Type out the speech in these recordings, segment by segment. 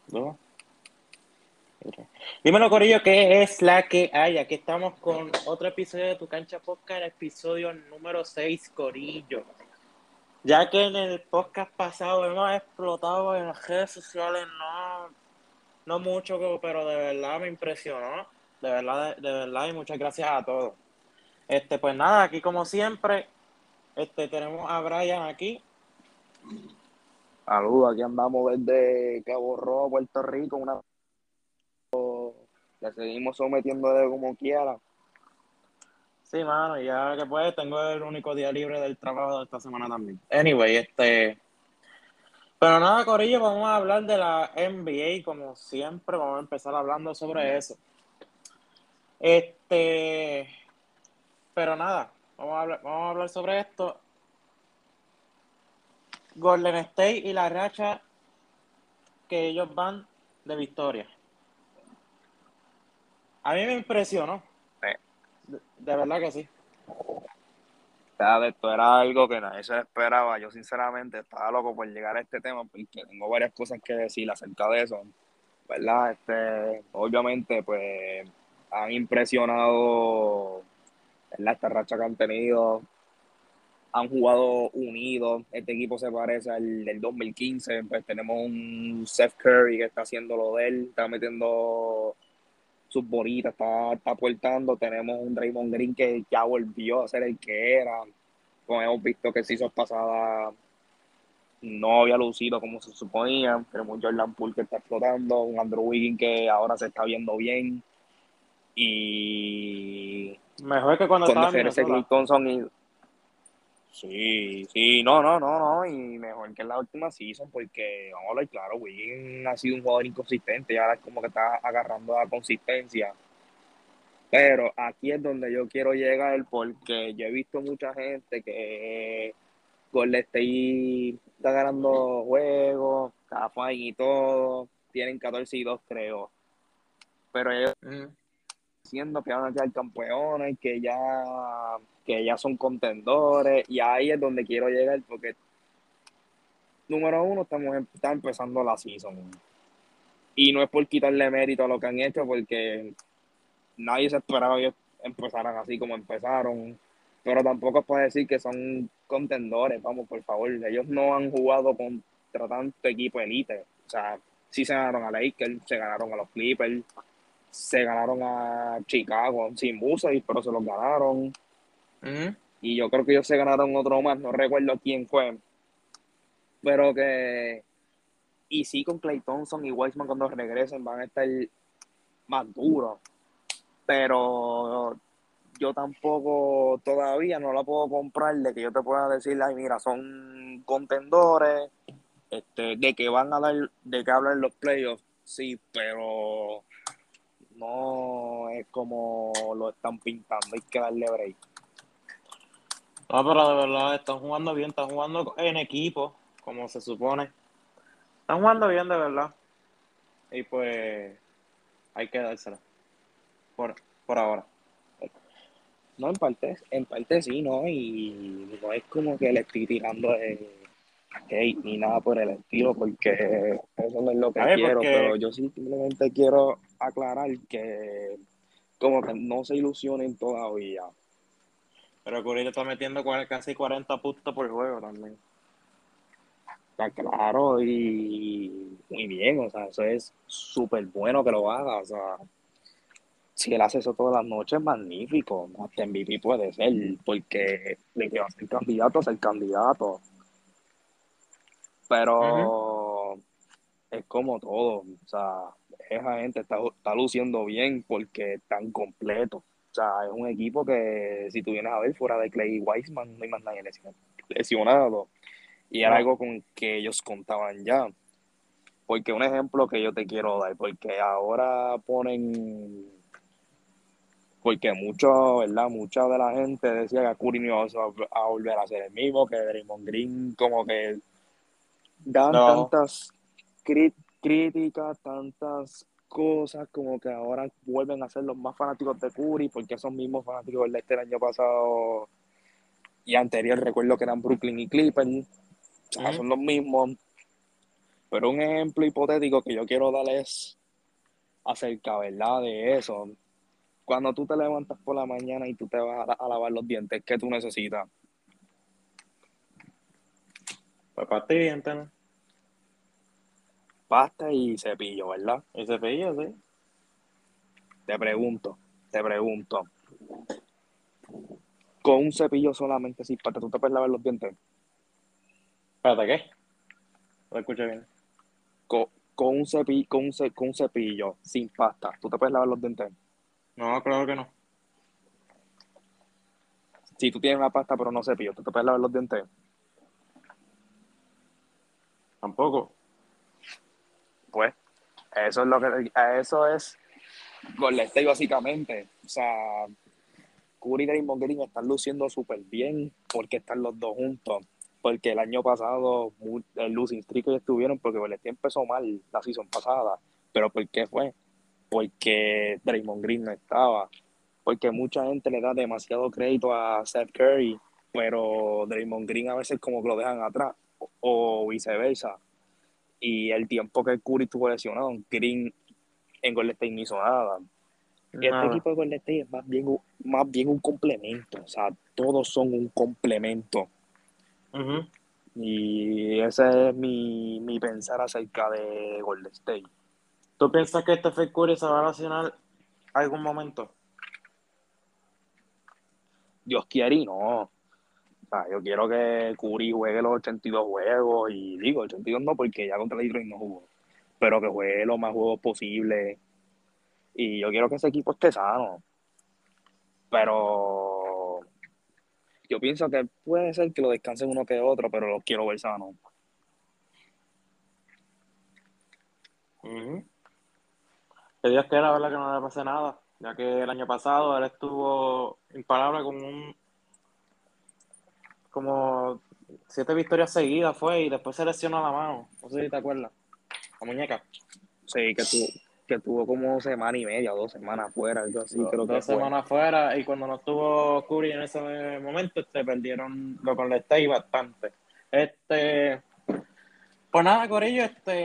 dos, tres. Dímelo, Corillo, ¿qué es la que hay? Aquí estamos con otro episodio de Tu Cancha Podcast, el episodio número 6, Corillo. Ya que en el podcast pasado hemos explotado en las redes sociales, no mucho, pero de verdad me impresionó. De verdad, y muchas gracias a todos. Pues nada, aquí como siempre, tenemos a Brian aquí. Saludos, aquí andamos desde Cabo Rojo, Puerto Rico, le seguimos sometiendo de como quiera. Sí, mano, ya que pues tengo el único día libre del trabajo de esta semana también. Anyway, pero nada, Corillo, vamos a hablar de la NBA como siempre, vamos a empezar hablando sobre eso. Pero nada, vamos a hablar sobre esto. Golden State y la racha que ellos van de victoria. A mí me impresionó, Eh, de verdad que sí. Esto era algo que nadie se esperaba. Yo sinceramente estaba loco por llegar a este tema porque tengo varias cosas que decir acerca de eso, ¿verdad? Obviamente, pues han impresionado, ¿verdad? Esta racha que han tenido. Han jugado unidos. Este equipo se parece al del 2015. Pues tenemos un Seth Curry que está haciendo lo de él, está metiendo sus bonitas, está aportando. Tenemos un Draymond Green que ya volvió a ser el que era. Como hemos visto que seasons pasada no había lucido como se suponía. Tenemos un Jordan Poole que está explotando, un Andrew Wiggins que ahora se está viendo bien. Y Mejor que cuando cuando estaba en regrese Klay Minnesota. Thompson y sí, sí, no, y mejor que en la última season, porque vamos a hablar claro, Wiggins ha sido un jugador inconsistente y ahora es como que está agarrando la consistencia. Pero aquí es donde yo quiero llegar porque yo he visto mucha gente que Golden State está ganando juegos, está fine y todo, tienen 14-2 creo, pero ellos Mm. diciendo que van a quedar campeones, que ya son contendores y ahí es donde quiero llegar porque número uno está empezando la season y no es por quitarle mérito a lo que han hecho porque nadie se esperaba que ellos empezaran así como empezaron, pero tampoco es para decir que son contendores, vamos, por favor, ellos no han jugado contra tanto equipo elite, o sea, sí se ganaron a Lakers, se ganaron a los Clippers, se ganaron a Chicago sin Busevich, pero se los ganaron, Mm. y yo creo que ellos se ganaron otro más, no recuerdo quién fue, pero que, y sí con Klay Thompson y Wiseman cuando regresen van a estar más duros, pero yo tampoco todavía no la puedo comprar de que yo te pueda decir, ay, mira, son contendores, de que van a dar, de que hablan los playoffs, sí, pero no es como lo están pintando, hay que darle break. No, pero de verdad están jugando bien, están jugando en equipo, como se supone. Están jugando bien, de verdad. Y pues hay que dársela por ahora. No, en parte sí, ¿no? Y no es como que le estoy tirando hate ni nada por el estilo, porque eso no es lo A que ver, quiero, pero porque, yo simplemente quiero aclarar que como que no se ilusionen todavía. pero Curry está metiendo casi 40 puntos por juego también. Está claro y muy bien, o sea, eso es súper bueno que lo haga, o sea, si él hace eso todas las noches, magnífico, hasta MVP puede ser, porque de que va a ser candidato, a ser candidato, Ujú. pero es como todo, o sea, esa gente está luciendo bien porque están completos, o sea, es un equipo que si tú vienes a ver fuera de Clay Wiseman no hay más nadie lesionado, y era No. algo con que ellos contaban ya. Porque un ejemplo que yo te quiero dar, porque ahora ponen, porque mucho, ¿verdad? Mucha de la gente decía que Curry no iba a volver a ser el mismo, que Draymond Green como que dan Debajo. tantas críticas, tantas cosas, como que ahora vuelven a ser los más fanáticos de Curry, porque esos mismos fanáticos del este el año pasado y anterior, recuerdo que eran Brooklyn y Clippers, o sea, Ujú. son los mismos. Pero un ejemplo hipotético que yo quiero dar es acerca, ¿verdad? De eso. Cuando tú te levantas por la mañana y tú te vas a lavar los dientes, ¿qué tú necesitas? Pues para ti, gente, ¿no? Pasta y cepillo, ¿verdad? Y cepillo, sí. Te pregunto, con un cepillo solamente sin pasta, ¿tú te puedes lavar los dientes? Espérate, ¿qué? No lo escuché bien. Con, con un cepillo sin pasta, ¿tú te puedes lavar los dientes? No, claro que no. Si tú tienes una pasta pero no cepillo, ¿tú te puedes lavar los dientes? Tampoco. Pues, eso es Golden State básicamente. O sea, Curry y Draymond Green están luciendo súper bien porque están los dos juntos. Porque el año pasado el losing streak que estuvieron porque Golden State empezó mal la season pasada. ¿Pero por qué fue? Porque Draymond Green no estaba. Porque mucha gente le da demasiado crédito a Seth Curry, pero Draymond Green a veces como que lo dejan atrás o viceversa. Y el tiempo que Curry estuvo lesionado, Green en Golden State no hizo nada. Este Nada. equipo de Golden State es más bien un complemento, o sea, todos son un complemento. Ujú. Y ese es mi pensar acerca de Golden State. ¿Tú piensas que este Fake Curry se va a relacionar algún momento? Dios quiere y no. O sea, yo quiero que Curry juegue los 82 juegos y digo, 82 no porque ya contra Detroit no jugó, pero que juegue los más juegos posible. Y yo quiero que ese equipo esté sano, pero yo pienso que puede ser que lo descansen uno que otro, pero los quiero ver sanos. Ujú. Que Dios quiera, ¿verdad? Que no le pase nada, ya que el año pasado él estuvo imparable con como 7 victorias seguidas fue y después se lesionó la mano. No sé si te acuerdas. La muñeca. Sí, que tuvo como semana y media o 2 semanas fuera, algo así creo que Dos fue. semanas fuera y cuando no estuvo Curry en ese momento, perdieron lo con el Stay bastante. Pues nada, Corillo,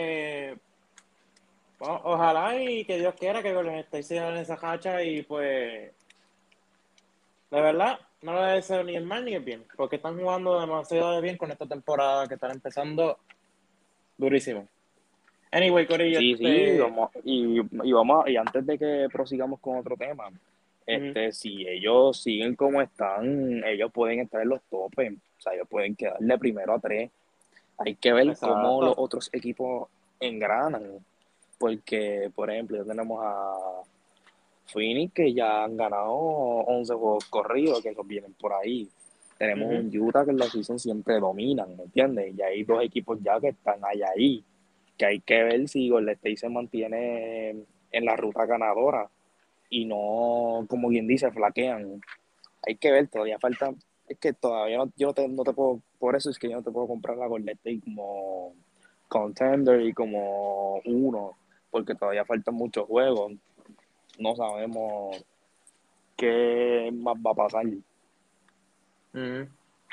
ojalá y que Dios quiera que Golden State siga en esa hacha y pues, de verdad, no le deseo ni el mal ni el bien, porque están jugando demasiado bien con esta temporada que están empezando durísimo. Anyway, Corillo, Sí, sí, y antes de que prosigamos con otro tema, ujú, si ellos siguen como están, ellos pueden estar en los topes, o sea, ellos pueden quedarle primero a tres. Hay que ver cómo los exacto. otros equipos engranan, porque, por ejemplo, ya tenemos a Phoenix que ya han ganado 11 juegos corridos, que esos vienen por ahí. Tenemos Ujú, un Utah que en la season siempre dominan, ¿me entiendes? Y hay dos equipos ya que están ahí, que hay que ver si Golden State se mantiene en la ruta ganadora y no, como quien dice, flaquean. Hay que ver, todavía falta, es que todavía yo no te puedo, por eso es que yo no te puedo comprar la Golden State como contender y como uno, porque todavía faltan muchos juegos, no sabemos qué más va a pasar. ujú.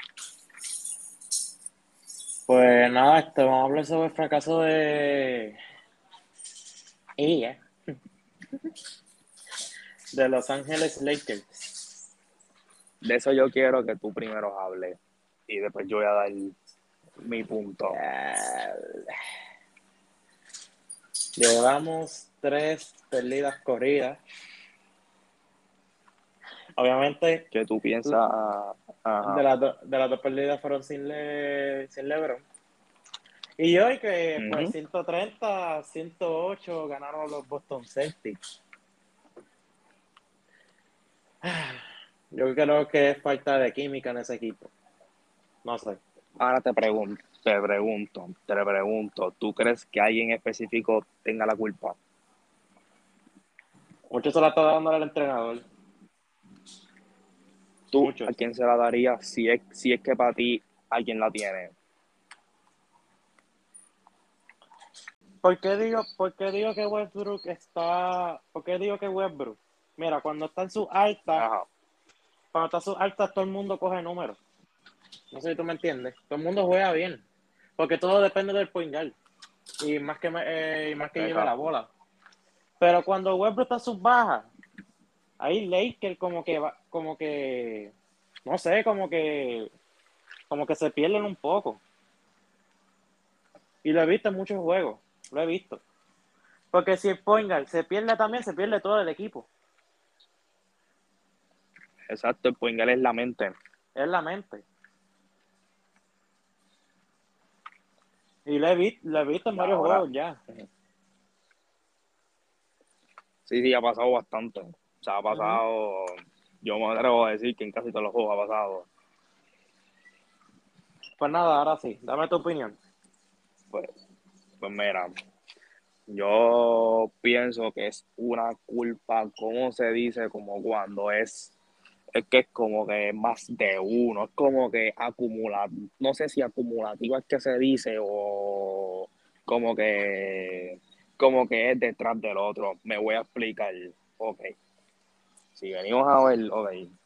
Pues nada, vamos a hablar sobre el fracaso ella, de Los Ángeles Lakers. De eso yo quiero que tú primero hables y después yo voy a dar mi punto. Ya, llevamos 3 perdidas corridas. Obviamente, ¿Qué tú piensas? Ajá. de las 2 perdidas fueron sin LeBron. Y hoy que pues Ujú. 130, 108 ganaron los Boston Celtics. Yo creo que es falta de química en ese equipo. No sé. Ahora te pregunto, ¿tú crees que alguien específico tenga la culpa? Mucho se la está dando al entrenador. ¿Tú a Muchos. quién se la darías si es que para ti alguien la tiene? ¿Por qué digo que Westbrook está? ¿Por qué digo que Westbrook? Mira, Ajá. cuando está en sus altas, todo el mundo coge números. No sé si tú me entiendes. Todo el mundo juega bien. Porque todo depende del point guard. y más que lleve la Exacto. bola. Pero cuando Westbrook está a sus bajas, ahí Lakers como que, no sé, como que se pierden un poco. Y lo he visto en muchos juegos, lo he visto. Porque si el point guard se pierde también, se pierde todo el equipo. Exacto, el point guard es la mente. Es la mente. Y lo he visto en Y varios ahora, juegos ya. sí, sí, ha pasado bastante. O sea, ha Ujú. pasado, yo me atrevo a decir que en casi todos los juegos ha pasado. Pues nada, ahora sí, dame tu opinión. Pues, pues mira, yo pienso que es una culpa, ¿cómo se dice? Como cuando es que es como que es más de uno, es como que acumula, no sé si acumulativo es que se dice o como que, como que es detrás del otro. Me voy a explicar. Ok, si venimos a ver, ok,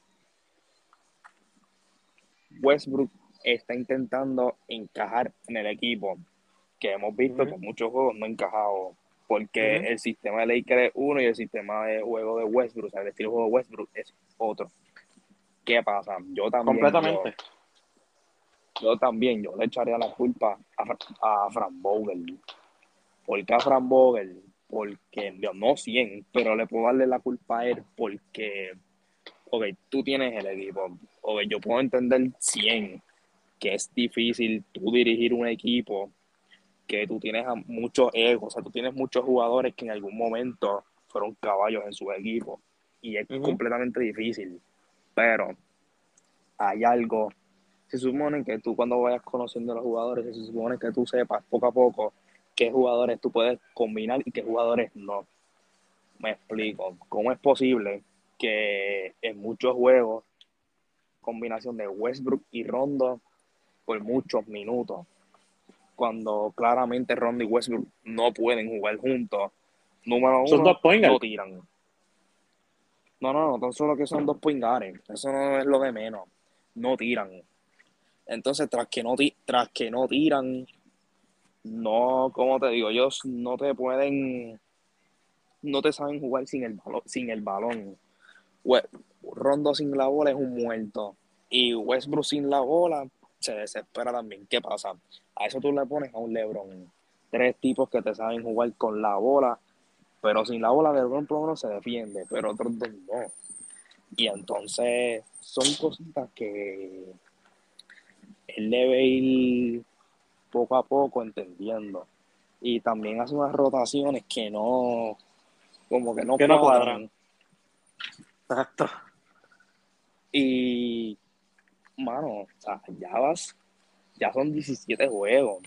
Westbrook está intentando encajar en el equipo, que hemos visto que Ujú, en muchos juegos no ha encajado, porque ujú. el sistema de Lakers es uno y el sistema de juego de Westbrook, o sea, el estilo de juego de Westbrook es otro. ¿Qué pasa? Completamente. Yo le echaría la culpa a Frank Vogel. ¿Por qué a Frank Vogel? Porque, no 100, pero le puedo darle la culpa a él porque, ok, tú tienes el equipo, ok, yo puedo entender 100 que es difícil tú dirigir un equipo, que tú tienes muchos egos, o sea, tú tienes muchos jugadores que en algún momento fueron caballos en su equipo y es Ujú. completamente difícil, pero hay algo. Se supone que tú cuando vayas conociendo a los jugadores, se supone que tú sepas poco a poco qué jugadores tú puedes combinar y qué jugadores no. Me explico. ¿Cómo es posible que en muchos juegos combinación de Westbrook y Rondo por muchos minutos, cuando claramente Rondo y Westbrook no pueden jugar juntos? Número Son dos uno, point no guard. tiran. No, no, no, tan solo que son dos point guards. Eso no es lo de menos. No tiran. Entonces, tras que no tiran, no, como te digo, ellos no te saben jugar sin el balón. Rondo sin la bola es un muerto. Y Westbrook sin la bola se desespera también. ¿Qué pasa? A eso tú le pones a un LeBron. Tres tipos que te saben jugar con la bola, pero sin la bola LeBron por lo menos se defiende, pero otros dos no. Y entonces son cositas que él debe ir poco a poco entendiendo. Y también hace unas rotaciones que no, como que no Que no cuadran. cuadran. Exacto. Y, mano, o sea, ya son 17 juegos.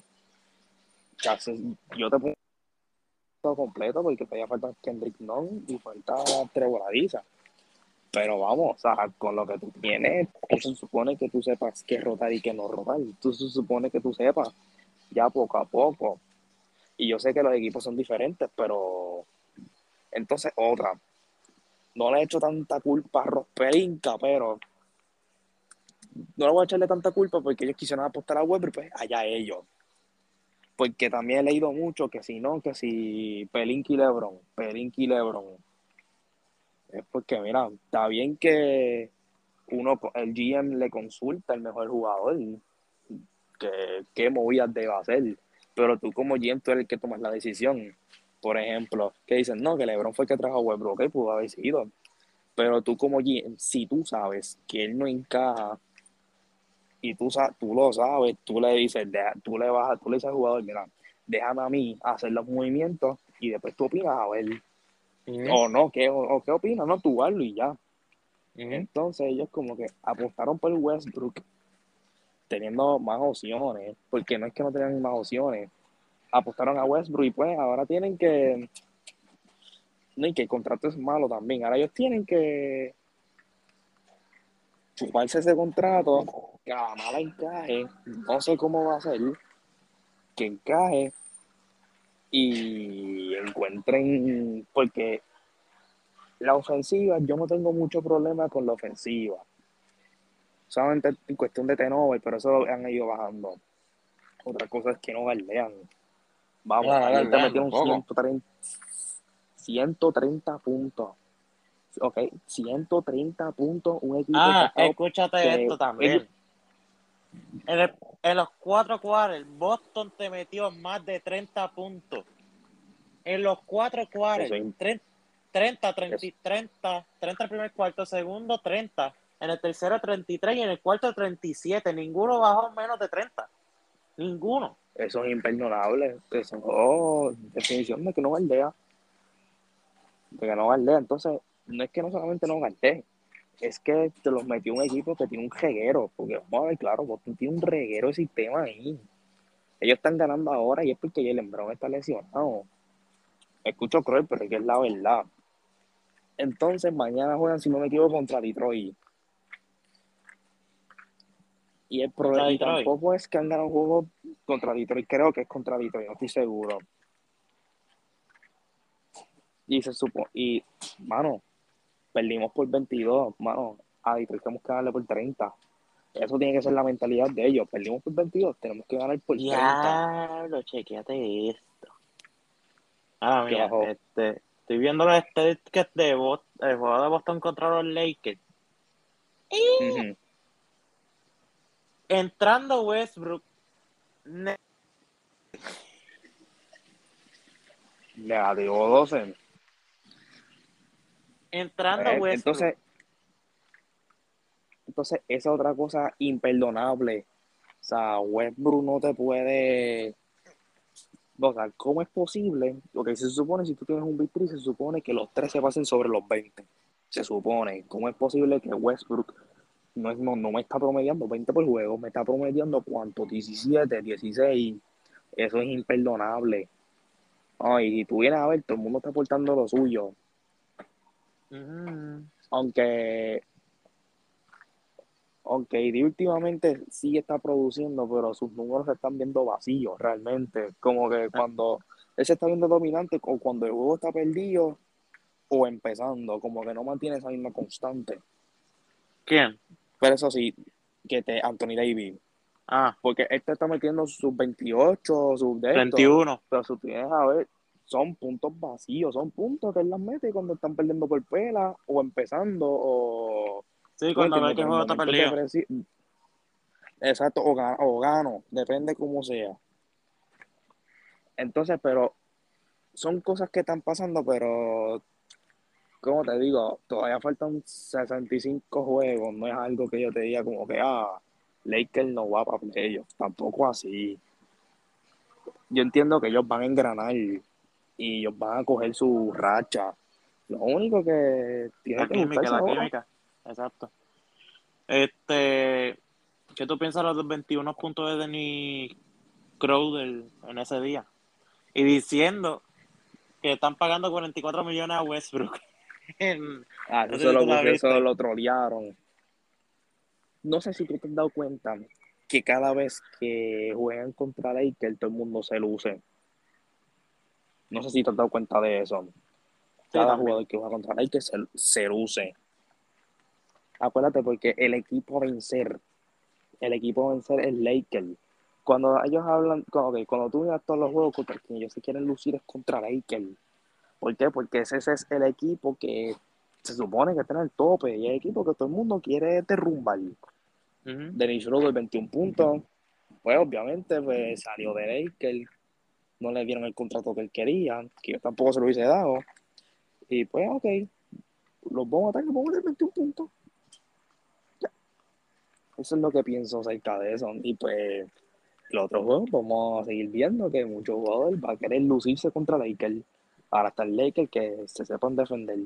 Yo te pongo todo completo porque todavía falta Kendrick Nunn y falta Trevor Ariza. Pero vamos, o sea, con lo que tú tienes, se supone que tú sepas qué rotar y qué no rotar. Tú se supone que tú sepas ya poco a poco. Y yo sé que los equipos son diferentes, pero entonces otra. No le he hecho tanta culpa a Rospelinka, pero no le voy a echarle tanta culpa porque ellos quisieron apostar a Weber, pues allá ellos. Porque también he leído mucho que si no, que si Pelinka y Lebron. Es porque, mira, está bien que el GM le consulta al mejor jugador, que qué movidas debe hacer, pero tú como GM tú eres el que tomas la decisión. Por ejemplo, que dicen, no, que LeBron fue el que trajo a Westbrook, ok, pudo haber sido, pero tú como GM, si tú sabes que él no encaja y tú lo sabes, tú le dices, tú le dices al jugador, mira, déjame a mí hacer los movimientos y después tú opinas a ver, Ujú, o no, o qué opinas, no, tú hazlo y ya. ujú. Entonces ellos como que apostaron por Westbrook teniendo más opciones, porque no es que no tenían más opciones, apostaron a Westbrook y pues ahora tienen que, no, y que el contrato es malo también, ahora ellos tienen que chuparse ese contrato, que a la mala encaje, no sé cómo va a ser, que encaje y encuentren, porque la ofensiva, yo no tengo mucho problema con la ofensiva, solamente en cuestión de turnover, pero eso lo han ido bajando. Otra cosa es que no galdean. Vamos, No, no ayer te verdad, metieron tampoco. 130 puntos. Ok, 130 puntos, un equipo que ha Ah, estado, escúchate que esto también. En los 4 quarters, Boston te metió más de 30 puntos. En los 4 quarters, eso es, 30, 30, eso, 30, 30 el primer cuarto, segundo 30, en el tercero 33 y en el cuarto 37. Ninguno bajó menos de 30. Ninguno. eso es imperdonable. Eso, oh, definición de que no galdea, de que no galdea. Entonces, no es que no solamente no galdee, es que te los metió un equipo que tiene un reguero, porque vamos a ver, claro, Boston tiene un reguero de sistema ahí. Ellos están ganando ahora y es porque Jalen Brown está lesionado. Me escucho cruel, pero es que es la verdad. Entonces, mañana juegan, si no me equivoco, contra Detroit. Contra Y Detroit. tampoco es que han ganado un juego contra Detroit, creo que es contra Detroit, no estoy seguro. Y mano, perdimos por 22, mano, a Detroit tenemos que darle por 30. Eso tiene que ser la mentalidad de ellos. Perdimos por 22, tenemos que ganar por 30. Diablo, chequéate esto. Ah, ¿Qué mía, bajó? estoy viendo los statistics de el juego de Boston contra los Lakers. Ujú. Entrando Westbrook, ne- Negativo 12. entrando Westbrook. Entonces, esa otra cosa imperdonable. O sea, Westbrook no te puede. O sea, ¿cómo es posible? Porque se supone, si tú tienes un Big 3, se supone que los tres se pasen sobre los 20. Se supone. ¿Cómo es posible que Westbrook no me está promediando 20 por juego? Me está promediando ¿cuánto? 17, 16. Eso es imperdonable. Ay, y tú vienes a ver, todo el mundo está aportando lo suyo. Mm, Aunque Ok, y últimamente sí está produciendo, pero sus números se están viendo vacíos realmente. Como que cuando él se está viendo dominante, o cuando el juego está perdido, o empezando, como que no mantiene esa misma constante. ¿Quién? Pero eso sí, Anthony Davis, Ah, porque él te está metiendo sus 28, sus de esto, 31. pero si tú tienes a ver, son puntos vacíos, son puntos que él las mete cuando están perdiendo por pela, o empezando, o Sí, tú me cuando ve entiendes, que pero el en juego está momentos perdido. depresivos. Exacto, o gano, depende cómo sea. Entonces, pero son cosas que están pasando, pero como te digo, todavía faltan 65 juegos, no es algo que yo te diga como que, Lakers no va para ellos, tampoco así. Yo entiendo que ellos van a engranar y ellos van a coger su racha. Lo único que tiene que ajustarse La ahora. química. Exacto. Este, ¿Qué tú piensas de los 21 puntos de Denny Crowder en ese día? Y diciendo que están pagando 44 millones a Westbrook. No sé si tú la Eso viste. lo trolearon. No sé si tú te has dado cuenta que cada vez que juegan contra Lakers, todo el mundo se luce. No sé si te has dado cuenta de eso. Sí, Cada también. jugador que juega contra Lakers se luce. Acuérdate, porque el equipo a vencer es Lakers. Cuando ellos hablan, cuando tú miras todos los juegos contra quien ellos se quieren lucir es contra Lakers. ¿Por qué? Porque ese es el equipo que se supone que está en el tope y el equipo que todo el mundo quiere derrumbar. Ujú. Dennis Schroeder 21 puntos, pues obviamente pues, salió de Lakers, no le dieron el contrato que él quería, que yo tampoco se lo hubiese dado. Y pues, ok, los vamos a atacar, vamos a hacer 21 puntos. Ya. Eso es lo que pienso acerca de eso. Y pues, los otros juegos vamos a seguir viendo que muchos jugadores van a querer lucirse contra Lakers. Ahora está el Lakers que se sepan defender.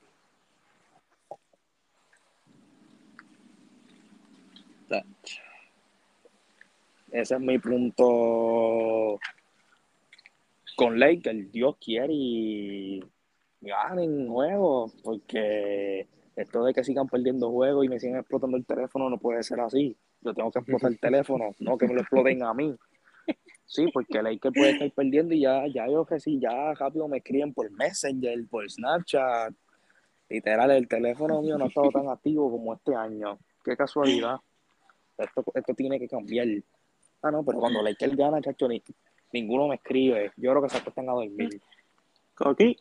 Ese es mi punto con Lakers. Dios quiere y ganen juegos, porque esto de que sigan perdiendo juegos y me sigan explotando el teléfono no puede ser así. Yo tengo que explotar el teléfono, no que me lo exploten a mí. Sí, porque Lakers puede estar perdiendo y ya yo que sí, ya rápido me escriben por Messenger, por Snapchat. Literal, el teléfono mío no ha estado tan activo como este año. Qué casualidad. Esto tiene que cambiar. Ah, no, pero cuando Lakers gana, chacho, Ninguno me escribe. Yo creo que se acuestan a dormir. Coqui.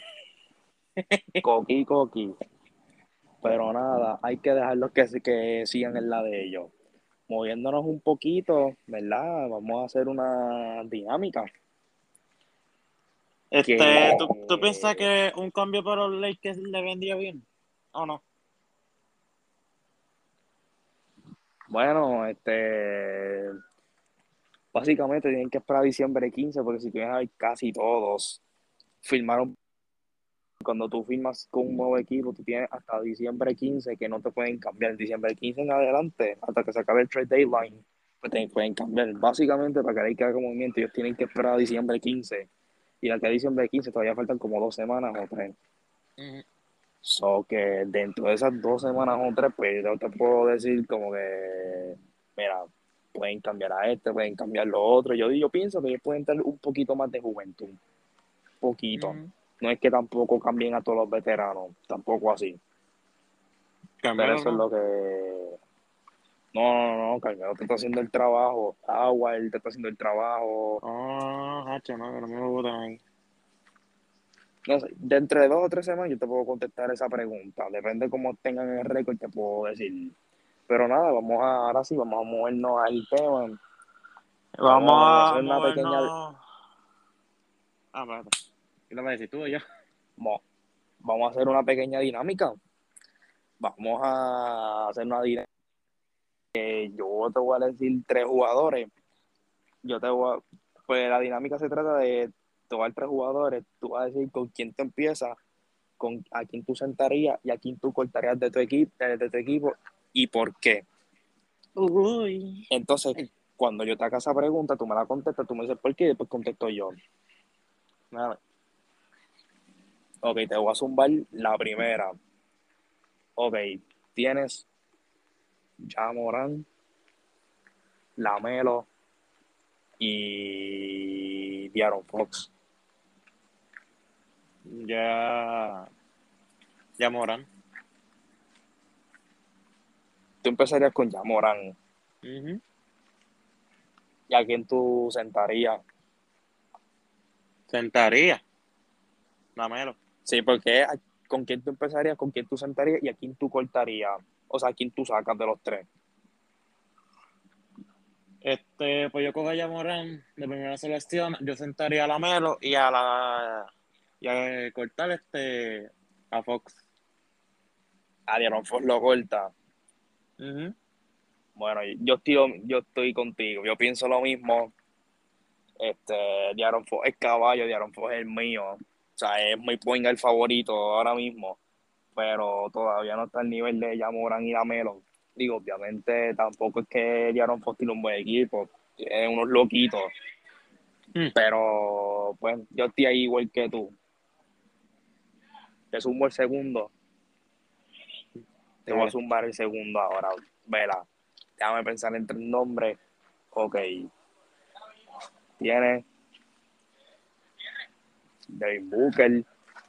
Coqui, coqui. Pero nada, hay que dejarlos que sigan en la de ellos. Moviéndonos un poquito, ¿verdad? Vamos a hacer una dinámica. Que, ¿Tú piensas que un cambio para los Lakers le vendría bien? ¿O no? bueno, básicamente tienen que esperar a diciembre 15 porque si tienes ahí casi todos firmaron. Cuando tú firmas con un nuevo equipo, tú tienes hasta diciembre 15 que no te pueden cambiar. Diciembre 15 en adelante, hasta que se acabe el trade deadline, pues te pueden cambiar. Básicamente, para que ahí haga movimiento, ellos tienen que esperar a diciembre 15. Y de aquí a diciembre 15 todavía faltan como 2 semanas o 3. Ujú. So que dentro de esas 2 semanas o 3, pues yo te puedo decir como que, mira, pueden cambiar a este, pueden cambiar lo otro. Yo pienso que ellos pueden tener un poquito más de juventud, un poquito. Ujú. No es que tampoco cambien a todos los veteranos, tampoco así. Pero Carmelo eso es no. lo que... No, Carmelo te está haciendo el trabajo. Agua, él te está haciendo el trabajo. Oh, hacho, no, que no me gustan ahí. No sé, dentro de 2 o 3 semanas yo te puedo contestar esa pregunta. Depende de cómo tengan el récord, te puedo decir. Pero nada, ahora sí, vamos a movernos al tema. Vamos Vamos a a hacer una pequeña, movernos. Ah, espérate. ¿Qué te voy a decir tú o yo? vamos, vamos a hacer una pequeña dinámica. Vamos a hacer una dinámica. Yo te voy a decir 3 jugadores. Yo te voy a, pues la dinámica se trata de tomar 3 jugadores. Tú vas a decir con quién te empiezas, con a quién tú sentarías y a quién tú cortarías de tu equipo y por qué. Uy. Entonces, cuando yo te haga esa pregunta, tú me la contestas, tú me dices por qué y después contesto yo. Dale. Ok, te voy a zumbar la primera. Ok, tienes Ja Morán, Lamelo y De'Aaron Fox. Ya. Ya Morán. Tú empezarías con Ja Morán. Ujú. ¿Y a quién tú sentarías? Sentaría. Dámelo. Sí, porque con quién tú empezarías, con quién tú sentarías y a quién tú cortarías. O sea, a quién tú sacas de los tres. Pues yo cojo a Morán de primera selección, yo sentaría a la Melo y a la y a cortar a Fox. A De'Aaron Fox lo corta. Ujú. Bueno, yo estoy contigo. Yo pienso lo mismo. De'Aaron Fox es caballo, De'Aaron Fox es el mío. O sea, es mi point el favorito ahora mismo. Pero todavía no está al nivel de Jamoran y Lamelo. Digo, obviamente tampoco es que De'Aaron Fox tiene un buen equipo. Tiene unos loquitos. Mm. Pero, pues, yo estoy ahí igual que tú. Te sumo el segundo. Te voy a Dale. zumbar el segundo ahora. Vela. Déjame pensar entre el nombre. Ok. Tiene Devin Booker,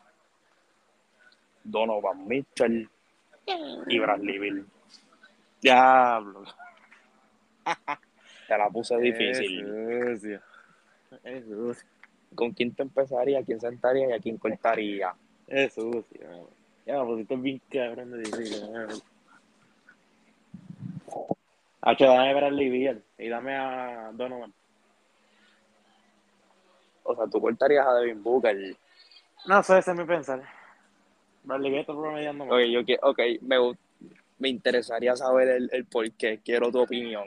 Donovan Mitchell y Bradley Beal. Diablo. Te la puse Es difícil. sucio. Es sucio. ¿Con quién te empezaría? ¿A quién sentaría y a quién cortaría? Es sucio. Ya me pusiste bien cabrón de difícil. Hacho, dame a Bradley Beal y dame a Donovan. O sea, tú cortarías a Devin Booker. No sé, ese es mi pensar. Bradley Beal está promediando más. Me interesaría saber el por qué. Quiero tu opinión.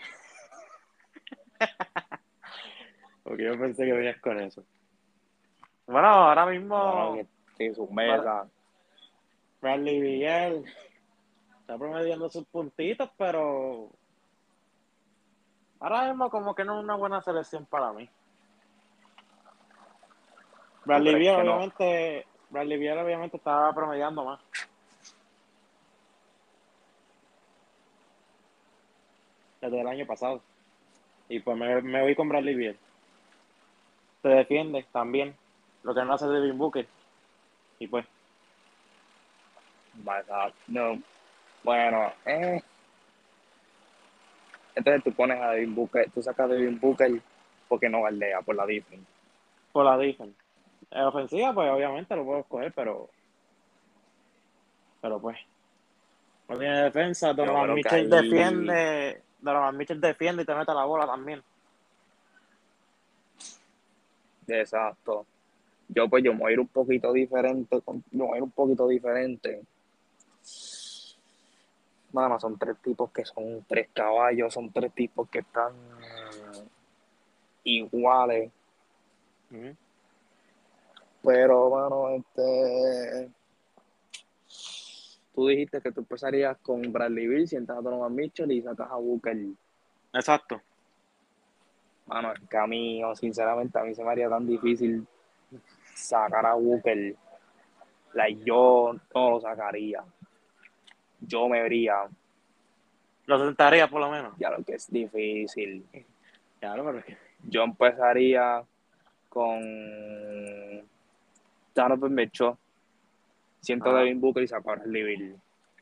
Porque yo pensé que venías con eso. Bueno, ahora Bueno, mismo que su Bra- mesa. Bradley Beal está promediando sus puntitos, pero ahora mismo como que no es una buena selección para mí. ¿Tú crees que no? Bradley Beal obviamente estaba promediando más desde el año pasado. Y pues me voy con Bradley Beal. Se defiende también, lo que no hace Devin Booker. Y pues, No. Bueno, entonces tú pones a Devin Booker, tú sacas a Devin Booker porque no galdea por la defensa. por la defensa. En ofensiva, pues obviamente lo puedo escoger, pero pues, no tiene defensa. Yo creo que ahí, Donovan Mitchell defiende y te mete la bola también. exacto. Yo me voy a ir un poquito diferente, yo me voy a ir un poquito diferente. Mano, son tres tipos que son tres caballos, son tres tipos que están iguales. Ujú. Pero, mano, tú dijiste que tú empezarías con Bradley Beal, sientas a Donovan Mitchell y sacas a Booker. Exacto. Mano, es que a mí, sinceramente, a mí se me haría tan difícil sacar a Booker. Yo no lo sacaría. Yo me vería, Lo sentaría por lo menos. ya lo que es difícil. Claro, pero es que Yo empezaría con Donovan Mitchell, siento a ajá. Devin Booker y saco a Bradley Beal.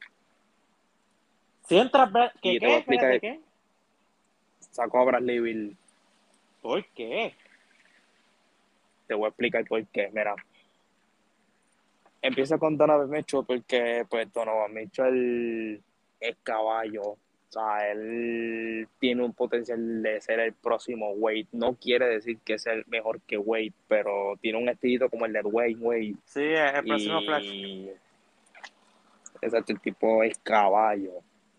Si entras, Y te voy ¿qué? a explicar, Espérate, ¿qué? saco a Bradley Beal, ¿Por qué? te voy a explicar por qué. Mira, empiezo con Donovan Mitchell porque pues Donovan Mitchell es caballo. O sea, él tiene un potencial de ser el próximo Wade. No quiere decir que es el mejor que Wade, pero tiene un estilito como el de Dwayne Wade. Sí, es el próximo Flash. Y exacto, el tipo es caballo.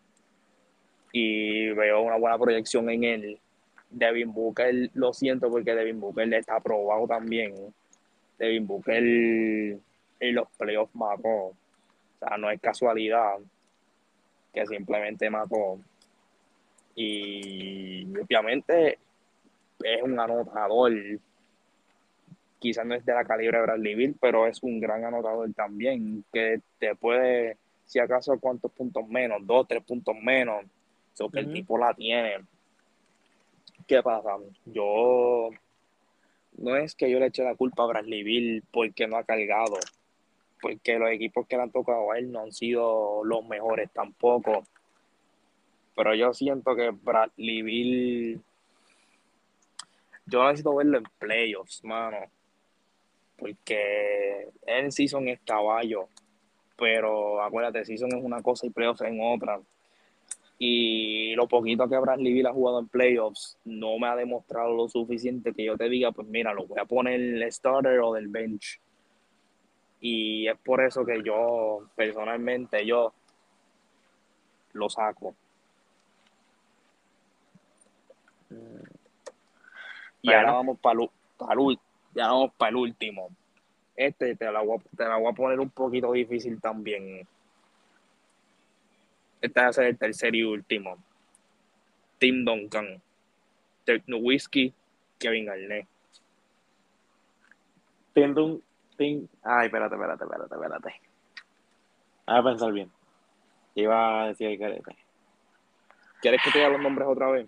Y veo una buena proyección en él. Devin Booker, lo siento porque Devin Booker está aprobado también. Devin Booker en los playoffs mató. O sea, no es casualidad que simplemente mató. Y obviamente es un anotador. Quizás no es de la calibre de Bradley Beal, pero es un gran anotador también, que te puede, si acaso, cuántos puntos menos, 2, 3 puntos menos. Eso que el Ujú. tipo la tiene. ¿Qué pasa? No es que yo le eche la culpa a Bradley Beal porque no ha cargado, porque los equipos que le han tocado a él no han sido los mejores tampoco. Pero yo siento que Bradley Beal, yo necesito verlo en playoffs, mano, porque en season es caballo, pero acuérdate, season es una cosa y playoffs en otra. Y lo poquito que Bradley Beal ha jugado en playoffs no me ha demostrado lo suficiente que yo te diga, pues mira, lo voy a poner el starter o del bench. Y es por eso que yo, personalmente, yo lo saco. Y ahora Bueno, vamos ya vamos para el último. Te la voy a poner un poquito difícil también. Este va a ser el tercer y último. Tim Duncan, Dirk Nowitzki, Kevin Garnett. Tindum, Ay, espérate. A pensar bien. Iba a decir el carete. ¿Quieres que te diga los nombres otra vez?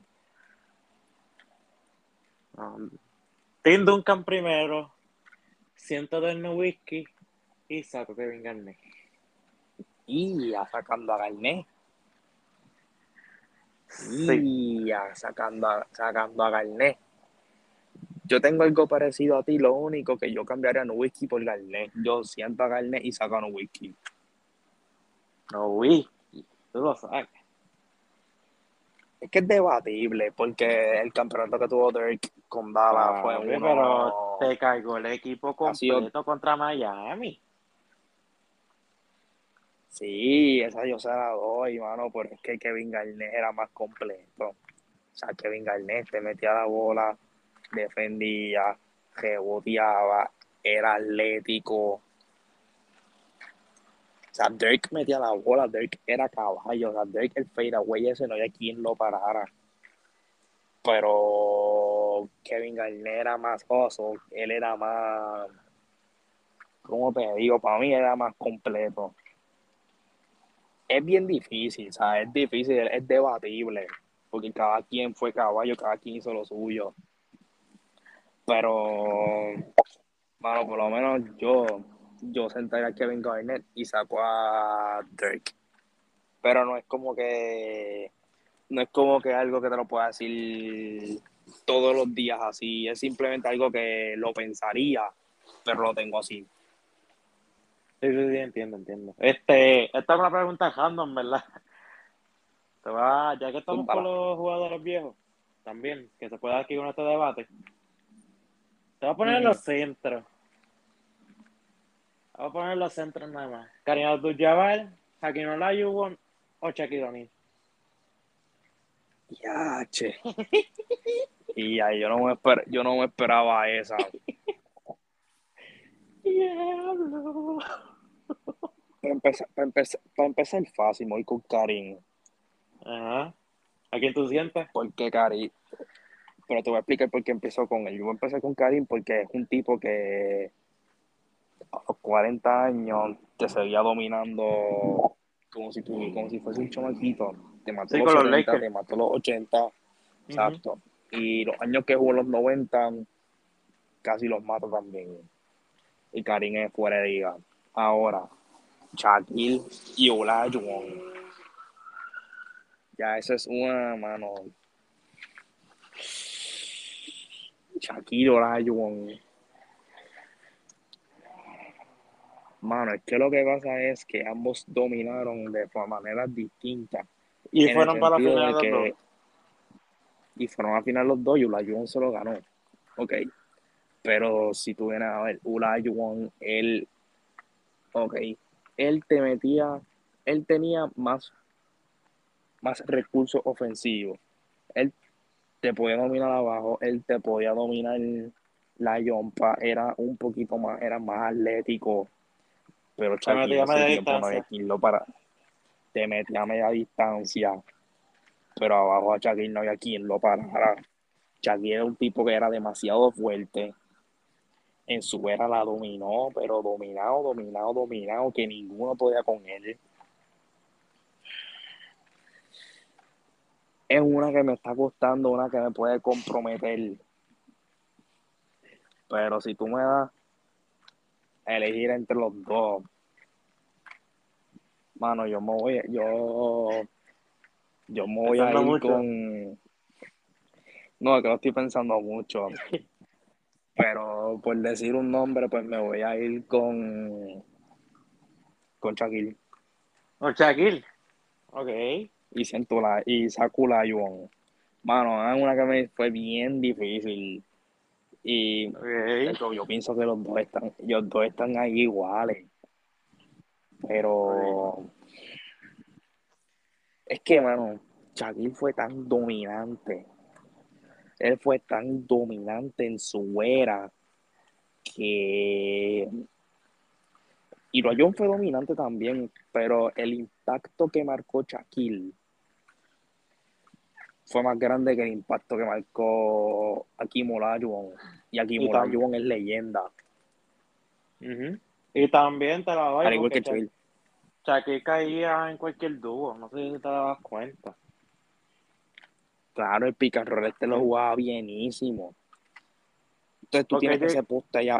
Um, Tim Duncan primero, siento del whisky y saco Kevin Garnett. Y ya sacando a Garnett. Sí. Y ya sacando a Garnett. Yo tengo algo parecido a ti, lo único que yo cambiaría a Nowitzki por Garnett. Yo siento a Garnett y saco a Nowitzki. No whisky. Tú lo sabes. Es que es debatible, porque el campeonato que tuvo Dirk con Dallas fue Papi, pero uno, te cargó el equipo ha sido, completo contra Miami. sí, esa yo se la doy, mano, pero es que Kevin Garnett era más completo. O sea, Kevin Garnett te metía la bola, defendía, reboteaba, era atlético. O sea, Dirk metía la bola, Dirk era caballo, o sea, Dirk el fadeaway ese no había quien lo parara. Pero Kevin Garnett era más oso, él era más, ¿cómo te digo? Para mí era más completo. Es bien difícil, ¿sabes? Es difícil, es debatible, porque cada quien fue caballo, cada quien hizo lo suyo. Pero, bueno, por lo menos yo sentaría a Kevin Garnett y saco a Dirk. Pero no es como que algo que te lo pueda decir todos los días así. Es simplemente algo que lo pensaría, pero lo tengo así. Sí, sí, sí, entiendo, entiendo. Esta es una pregunta random, ¿verdad? Ya que estamos con Zúmbala. los jugadores viejos, también, que se pueda aquí con este debate, te voy a poner en Ujú. los centros. Te voy a poner en los centros nada más. Karim Abdul-Jabbar, Hakeem Olajuwon o Shaquille O'Neal. Ya, che. Y ahí yo no me esperaba esa. Diablo. Para empezar fácil, me voy con Karim. Ajá. ¿A quién tú sientes? Porque Karim, pero te voy a explicar por qué empezó con él. Yo voy a empezar con Karim porque es un tipo que a los 40 años te seguía dominando como si fuese un chamaquito. Te mató Sí, los con los 70, Lakers. te mató los 80, Ujú. exacto. Y los años que jugó en los 90 casi los mata también. Y Karim es fuera de liga. Ahora, Shaquille y Olajuwon. Ya eso es una mano. Shaquille Olajuwon. Mano, es que lo que pasa es que ambos dominaron de maneras distintas. Y En el fueron para la sentido final de los dos. que, y fueron a final los dos y Olajuwon se lo ganó. Ok. Pero si tú vienes a ver, Olajuwon, ok, él te metía, él tenía más recursos ofensivos. Él te podía dominar abajo, él te podía dominar la yompa, era más atlético, pero Se Shaquille metía en a ese media tiempo no había distancia. quien lo para, te metía a media distancia, pero abajo a Shaquille no había quien lo parara. Shaquille era un tipo que era demasiado fuerte, en su era la dominó, pero dominado, que ninguno podía con él. Es una que me está costando, una que me puede comprometer, pero si tú me das a elegir entre los dos, mano, yo me voy a Pensando ir mucho. con, no, es que lo estoy pensando mucho, pero por decir un nombre, pues me voy a ir con Shaquille O Shaquille. Ok. y saco la Yuon. Mano, es una que me fue bien difícil y Ok. yo pienso que los dos están ahí iguales, Ok. pero es que, mano, Shaquille fue tan dominante, él fue tan dominante en su era que y John fue dominante también, pero el impacto que marcó Shaquille fue más grande que el impacto que marcó Hakeem Olajuwon. Y Hakeem Y, tam Olajuwon es leyenda, Ujú. Y también te la doy al igual porque que Shaquille. Shaquille caía en cualquier dúo. No sé si te das cuenta. Claro, el pick and roll este lo Sí. jugaba bienísimo. Entonces tú Porque, tienes ese poste allá.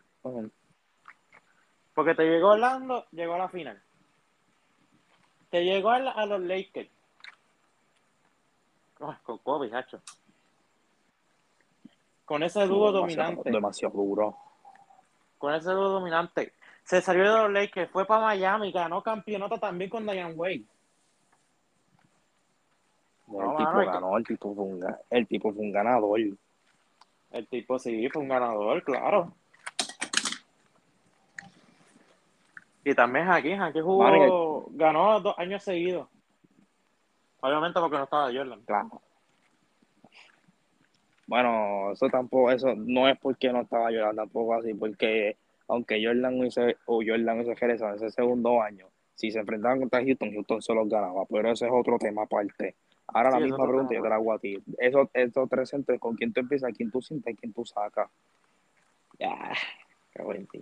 porque te llegó Orlando, llegó a la final. Te llegó a los Lakers. Con Kobe, hacho. Con ese Estuvo dúo demasiado, dominante. demasiado duro. Con ese dúo dominante. Se salió de los Lakers, fue para Miami, ganó campeonato también con Diane Wade. No, El mano, tipo ganó, el tipo fue un ganador. el tipo sí fue un ganador, claro. Y también aquí Mano, ganó 2 años seguidos. Obviamente porque no estaba Jordan. claro. Bueno, eso no es porque no estaba Jordan tampoco así, porque aunque Jordan hubiese regresado en ese segundo año, si se enfrentaban contra Houston, Houston se los ganaba, pero ese es otro tema aparte. Ahora Sí, la es misma otro tema, pregunta yo te pues. la hago a ti. Esos tres centros, ¿con quién tú empiezas, quién tú sientas y quién tú sacas? Ya, qué buen tío.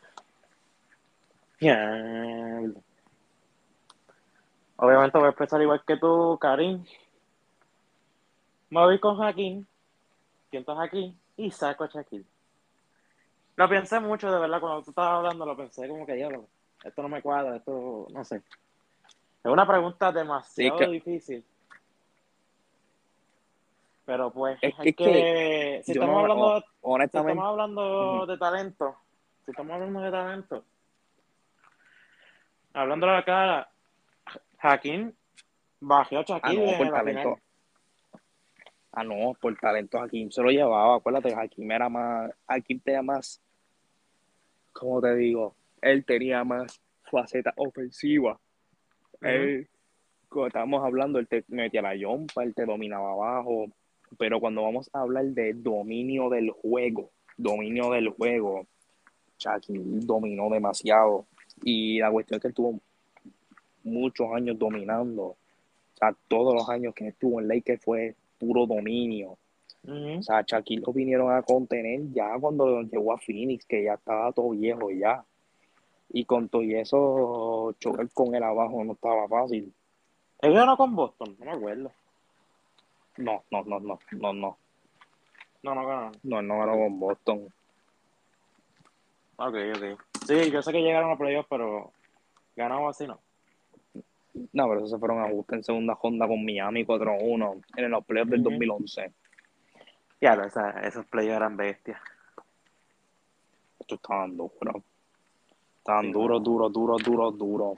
Ya. Obviamente voy a empezar igual que tú, Karim. Me voy con Hakim, siento a Hakim y saco a Shaquille. Lo pensé mucho, de verdad, cuando tú estabas hablando, lo pensé como que yo, esto no me cuadra, esto, no sé. Es una pregunta Sí, que, demasiado difícil. Pero pues Es que si yo estamos no, hablando si estamos honestamente, hablando ujú. de talento, si estamos hablando de talento, hablando de la cara, Hakim bajó a Ah, Shaquille no, por en la final. talento, no, por talento Hakim se lo llevaba, acuérdate, Hakim era más, Hakim tenía más, ¿cómo te digo? Él tenía más faceta ofensiva. Ujú. Él, como estábamos hablando, él te metía la yompa, él te dominaba abajo, pero cuando vamos a hablar de dominio del juego, Shaquille dominó demasiado. Y la cuestión es que él tuvo muchos años dominando. O sea, todos los años que estuvo en Lakers fue puro dominio. O Ujú. sea, Shaquille lo vinieron a contener ya cuando llegó a Phoenix, que ya estaba todo viejo ya. Y con todo y eso, chocar con él abajo no estaba fácil. Él ganó con Boston, no me acuerdo. No, no, no, no, no, no. No, no ganó. No, no ganó Ok, con Boston. ok, ok. Sí, yo sé que llegaron a playoffs, pero ganamos así, no. No, pero esos se fueron a justo en segunda ronda con Miami 4-1 en los playoffs del Ujú. 2011. Ya, esos playoffs eran bestias. Estos estaban duros. Estaban Sí, duros, no. duros, duros, duros, duros.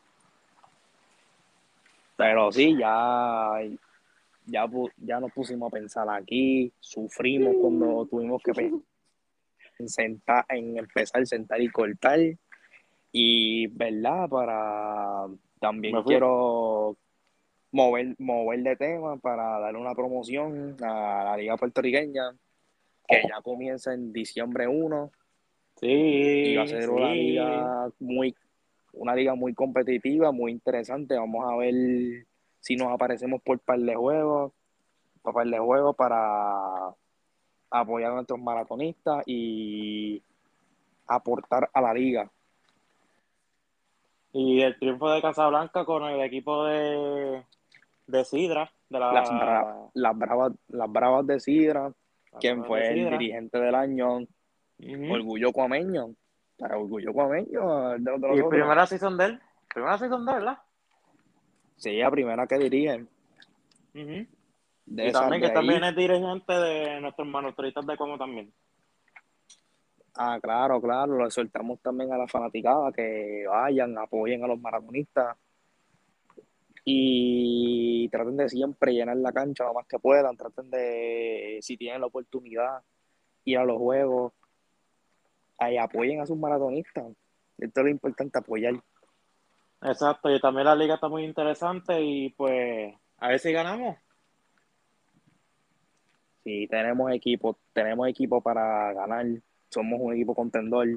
Pero sí, ya nos pusimos a pensar aquí, sufrimos cuando tuvimos que en empezar, sentar y cortar. Y, ¿verdad? Para Me también fui. quiero mover de tema para darle una promoción a la Liga Puertorriqueña, que ya comienza en diciembre 1 y va a Sí, ser sí. una liga muy competitiva, muy interesante. Vamos a ver si nos aparecemos por par de juegos para apoyar a nuestros maratonistas y aportar a la liga. Y el triunfo de Casablanca con el equipo de Sidra, Las bravas de Sidra, la quien Bravas de fue el Sidra. dirigente del año, Ujú. Orgullo Cuameño, para Orgullo Cuameño, de Y nosotros. primera season de él, ¿verdad? Sí, la primera que dirigen, Ujú. de Y esas también que de también ahí. es dirigente de nuestros manuscritos de como también. Ah, claro, claro, lo soltamos también a la fanaticada que vayan, apoyen a los maratonistas y traten de siempre llenar la cancha lo más que puedan, traten de, si tienen la oportunidad, ir a los juegos, ahí apoyen a sus maratonistas. Esto es lo importante, apoyar. Exacto, y también la liga está muy interesante y pues a ver si ganamos. Si tenemos equipo para ganar, somos un equipo contendor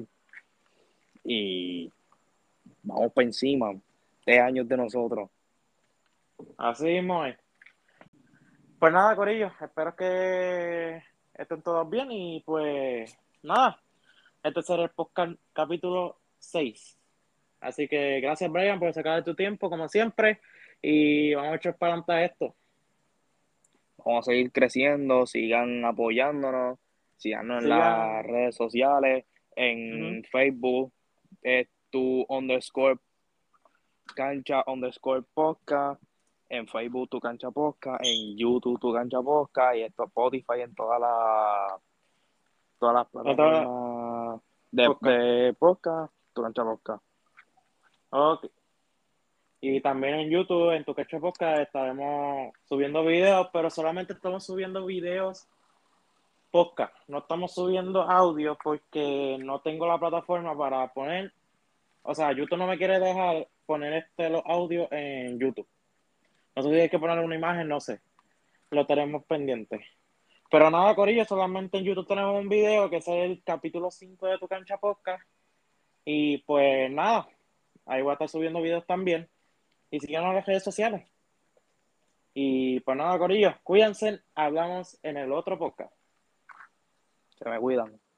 y vamos para encima. 3 años de nosotros. Así mismo es. Pues nada, Corillo, espero que estén todos bien y pues nada, este será el podcast capítulo 6. Así que gracias, Brian, por sacar tu tiempo, como siempre, y vamos a echar para adelante esto. Vamos a seguir creciendo, sigan apoyándonos, síganos en las Sigan. redes sociales, Ujú. en Facebook, tu underscore cancha underscore podcast, en Facebook tu cancha podcast, en YouTube tu cancha podcast y esto Spotify en todas las Otra plataformas podcast. de podcast, tu cancha podcast. Ok. Y también en YouTube, en Tu Quecho Podcast, estaremos subiendo videos, pero solamente estamos subiendo videos podcast. No estamos subiendo audio porque no tengo la plataforma para poner. O sea, YouTube no me quiere dejar poner los audios en YouTube. No sé si hay que poner una imagen, no sé. Lo tenemos pendiente. Pero nada, Corillo, solamente en YouTube tenemos un video que es el capítulo 5 de Tu Cancha Podcast. Y pues nada, ahí voy a estar subiendo videos también. Y síganos en las redes sociales. Y pues nada, Corillo, cuídense. Hablamos en el otro podcast. Se me cuidan.